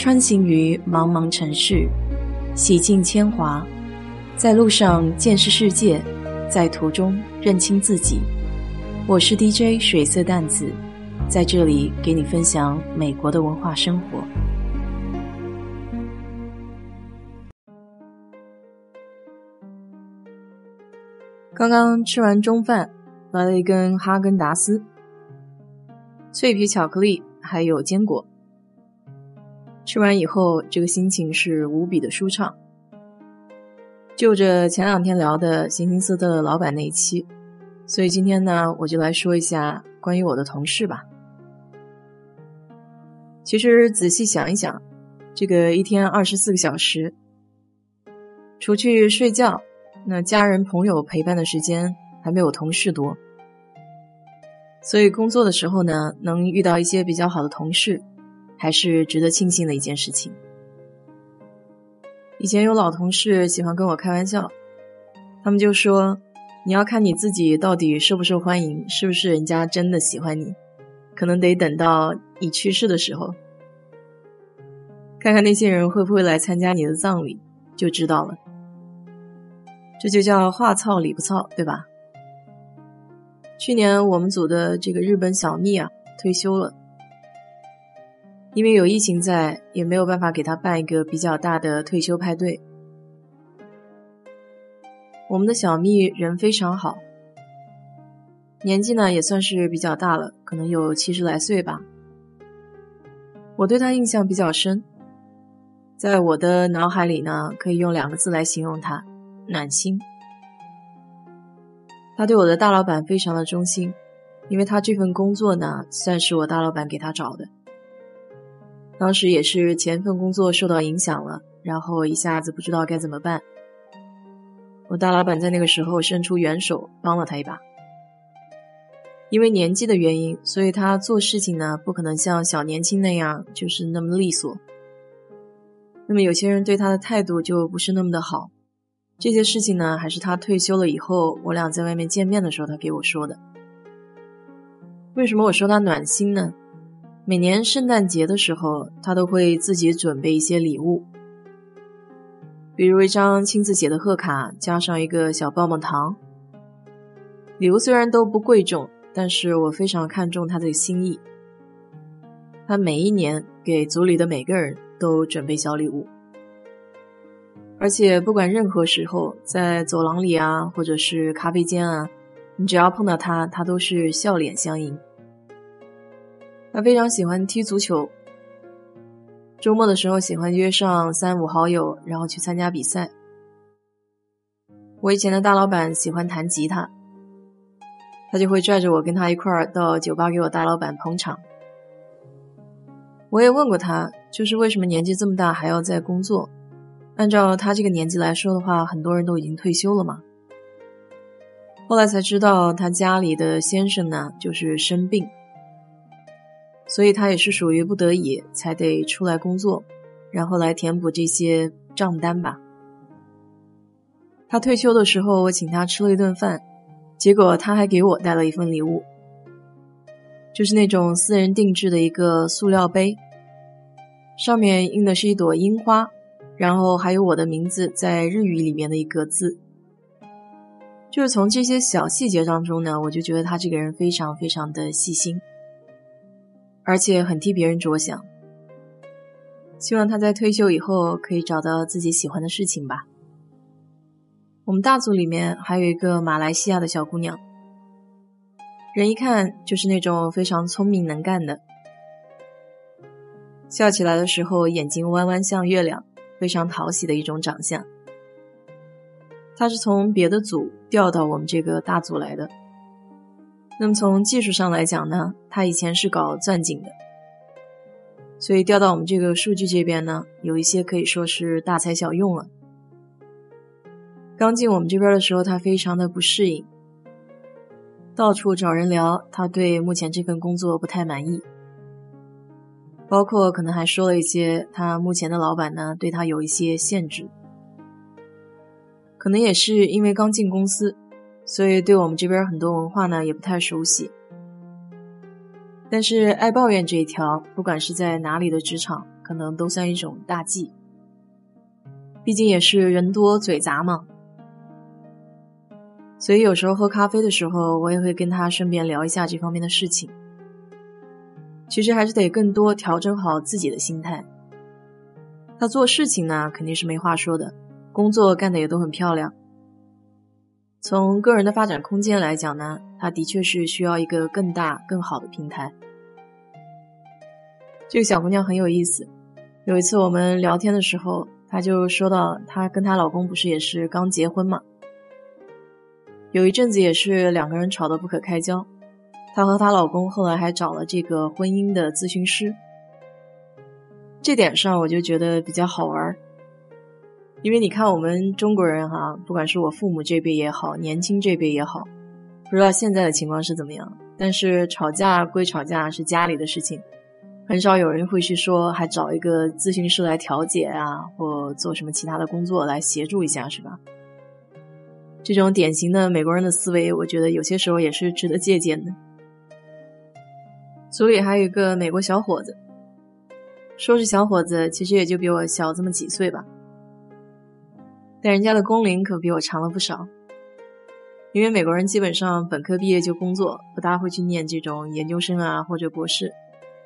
穿行于茫茫城市，洗尽铅华，在路上见识世界，在途中认清自己。我是 DJ 水色淡子，在这里给你分享美国的文化生活。刚刚吃完中饭，来了一根哈根达斯，脆皮巧克力还有坚果。吃完以后，这个心情是无比的舒畅。就着前两天聊的形形色色的老板那一期，所以今天呢，我就来说一下关于我的同事吧。其实仔细想一想，这个一天24个小时，除去睡觉，那家人朋友陪伴的时间还没有同事多。所以工作的时候呢，能遇到一些比较好的同事，还是值得庆幸的一件事情。以前有老同事喜欢跟我开玩笑，他们就说，你要看你自己到底受不受欢迎，是不是人家真的喜欢你，可能得等到你去世的时候，看看那些人会不会来参加你的葬礼，就知道了。这就叫话糙理不糙，对吧？去年我们组的这个日本小蜜退休了，因为有疫情在，也没有办法给他办一个比较大的退休派对。我们的小蜜人非常好，年纪呢也算是比较大了，可能有70来岁吧。我对他印象比较深，在我的脑海里呢，可以用2个字来形容他：暖心。他对我的大老板非常的忠心，因为他这份工作呢，算是我大老板给他找的。当时也是前份工作受到影响了，然后一下子不知道该怎么办。我大老板在那个时候伸出援手，帮了他一把。因为年纪的原因，所以他做事情呢，不可能像小年轻那样就是那么利索。那么有些人对他的态度就不是那么的好。这些事情呢，还是他退休了以后，我俩在外面见面的时候他给我说的。为什么我说他暖心呢？每年圣诞节的时候，他都会自己准备一些礼物，比如一张亲自写的贺卡，加上一个小棒棒糖。礼物虽然都不贵重，但是我非常看重他的心意。他每一年给组里的每个人都准备小礼物，而且不管任何时候，在走廊里或者是咖啡间你只要碰到他，他都是笑脸相迎。他非常喜欢踢足球，周末的时候喜欢约上3、5好友，然后去参加比赛。我以前的大老板喜欢弹吉他，他就会拽着我跟他一块儿到酒吧给我大老板捧场。我也问过他，就是为什么年纪这么大还要在工作？按照他这个年纪来说的话，很多人都已经退休了嘛。后来才知道他家里的先生呢，就是生病，所以他也是属于不得已才得出来工作，然后来填补这些账单吧。他退休的时候，我请他吃了一顿饭，结果他还给我带了一份礼物，就是那种私人定制的一个塑料杯，上面印的是一朵樱花，然后还有我的名字在日语里面的一个字。就是从这些小细节当中呢，我就觉得他这个人非常非常的细心，而且很替别人着想。希望他在退休以后可以找到自己喜欢的事情吧。我们大组里面还有一个马来西亚的小姑娘，人一看就是那种非常聪明能干的，笑起来的时候眼睛弯弯像月亮，非常讨喜的一种长相。她是从别的组调到我们这个大组来的。那么从技术上来讲呢，她以前是搞钻井的，所以调到我们这个数据这边呢，有一些可以说是大材小用了。刚进我们这边的时候，她非常的不适应，到处找人聊，她对目前这份工作不太满意，包括可能还说了一些她目前的老板呢对她有一些限制。可能也是因为刚进公司，所以对我们这边很多文化呢也不太熟悉。 但是爱抱怨这一条，不管是在哪里的职场，可能都算一种大忌。毕竟也是人多嘴杂嘛。所以有时候喝咖啡的时候，我也会跟他顺便聊一下这方面的事情。其实还是得更多调整好自己的心态。他做事情呢，肯定是没话说的，工作干得也都很漂亮。从个人的发展空间来讲呢，他的确是需要一个更大更好的平台。这个小姑娘很有意思，有一次我们聊天的时候，她就说到她跟她老公不是也是刚结婚嘛，有一阵子也是两个人吵得不可开交，她和她老公后来还找了这个婚姻的咨询师。这点上我就觉得比较好玩，因为你看我们中国人不管是我父母这辈也好，年轻这辈也好，不知道现在的情况是怎么样，但是吵架归吵架，是家里的事情，很少有人会去说还找一个咨询师来调解或做什么其他的工作来协助一下，是吧？这种典型的美国人的思维，我觉得有些时候也是值得借鉴的。组里还有一个美国小伙子，说是小伙子，其实也就比我小这么几岁吧，但人家的工龄可比我长了不少。因为美国人基本上本科毕业就工作，不大会去念这种研究生或者博士。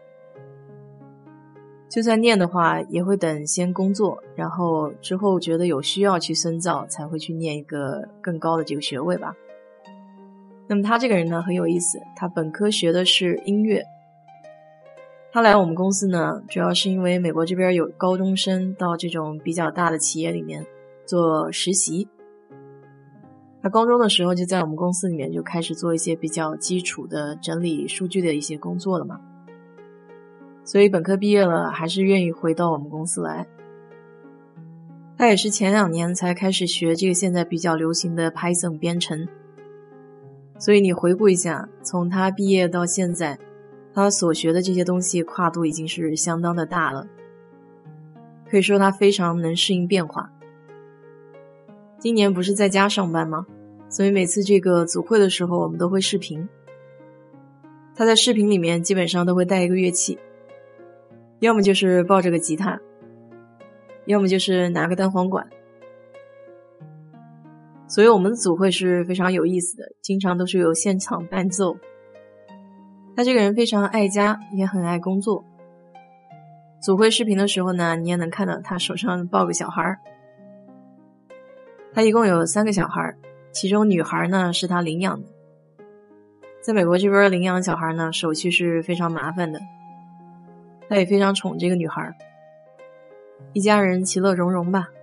就算念的话，也会等先工作，然后之后觉得有需要去深造，才会去念一个更高的这个学位吧。那么他这个人呢很有意思，他本科学的是音乐。他来我们公司呢，主要是因为美国这边有高中生到这种比较大的企业里面做实习。他高中的时候就在我们公司里面就开始做一些比较基础的整理数据的一些工作了嘛。所以本科毕业了，还是愿意回到我们公司来。他也是前2年才开始学这个现在比较流行的 Python 编程。所以你回顾一下，从他毕业到现在，他所学的这些东西跨度已经是相当的大了，可以说他非常能适应变化。今年不是在家上班吗？所以每次这个组会的时候，我们都会视频。他在视频里面基本上都会带一个乐器，要么就是抱着个吉他，要么就是拿个单簧管。所以我们的组会是非常有意思的，经常都是有现场伴奏。他这个人非常爱家，也很爱工作。组会视频的时候呢，你也能看到他手上抱个小孩。他一共有3个小孩，其中女孩呢是他领养的。在美国这边领养小孩呢，手续是非常麻烦的。他也非常宠这个女孩，一家人其乐融融吧。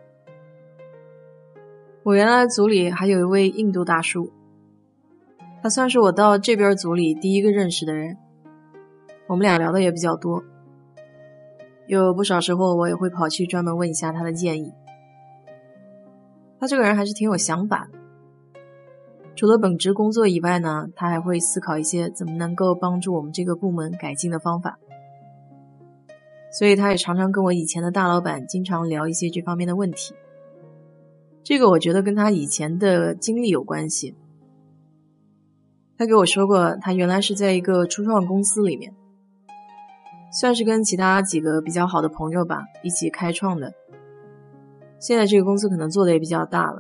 我原来组里还有一位印度大叔，他算是我到这边组里第一个认识的人，我们俩聊的也比较多，有不少时候我也会跑去专门问一下他的建议。他这个人还是挺有想法的，除了本职工作以外呢，他还会思考一些怎么能够帮助我们这个部门改进的方法。所以他也常常跟我以前的大老板经常聊一些这方面的问题。这个我觉得跟他以前的经历有关系。他给我说过，他原来是在一个初创公司里面，算是跟其他几个比较好的朋友吧一起开创的。现在这个公司可能做的也比较大了。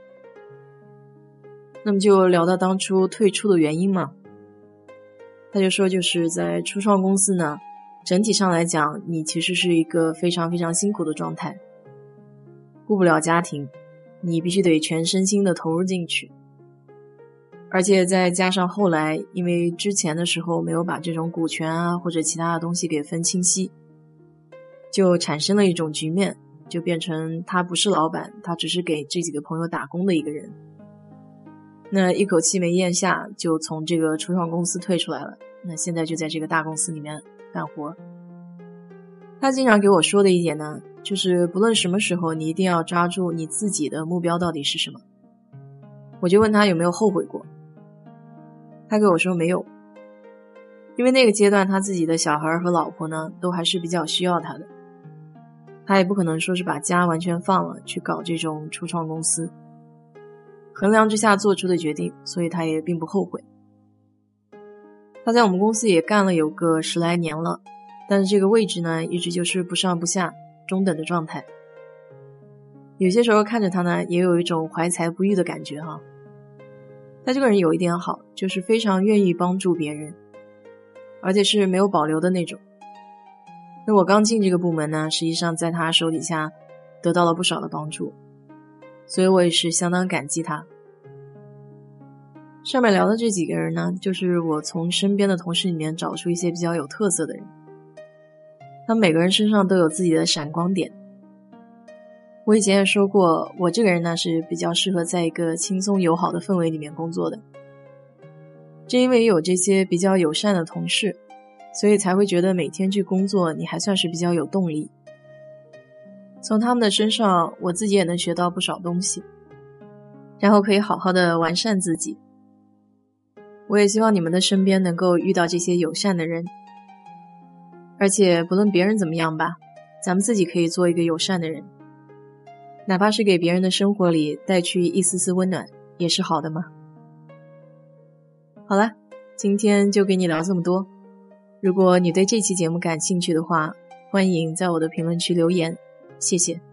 那么就聊到当初退出的原因嘛。他就说就是在初创公司呢，整体上来讲，你其实是一个非常非常辛苦的状态，顾不了家庭，你必须得全身心的投入进去。而且再加上后来因为之前的时候没有把这种股权或者其他的东西给分清晰，就产生了一种局面，就变成他不是老板，他只是给这几个朋友打工的一个人。那一口气没咽下，就从这个初创公司退出来了，那现在就在这个大公司里面干活。他经常给我说的一点呢，就是不论什么时候，你一定要抓住你自己的目标到底是什么。我就问他有没有后悔过，他给我说没有，因为那个阶段他自己的小孩和老婆呢，都还是比较需要他的，他也不可能说是把家完全放了去搞这种初创公司，衡量之下做出的决定，所以他也并不后悔。 他在我们公司也干了有个10来年了，但是这个位置呢，一直就是不上不下，中等的状态。有些时候看着他呢，也有一种怀才不遇的感觉哈。他这个人有一点好，就是非常愿意帮助别人，而且是没有保留的那种。那我刚进这个部门呢，实际上在他手底下得到了不少的帮助，所以我也是相当感激他。上面聊的这几个人呢，就是我从身边的同事里面找出一些比较有特色的人，他们每个人身上都有自己的闪光点。我以前也说过，我这个人呢是比较适合在一个轻松友好的氛围里面工作的。正因为有这些比较友善的同事，所以才会觉得每天去工作你还算是比较有动力。从他们的身上，我自己也能学到不少东西，然后可以好好的完善自己。我也希望你们的身边能够遇到这些友善的人，而且不论别人怎么样吧，咱们自己可以做一个友善的人，哪怕是给别人的生活里带去一丝丝温暖，也是好的嘛。好了，今天就给你聊这么多。如果你对这期节目感兴趣的话，欢迎在我的评论区留言，谢谢。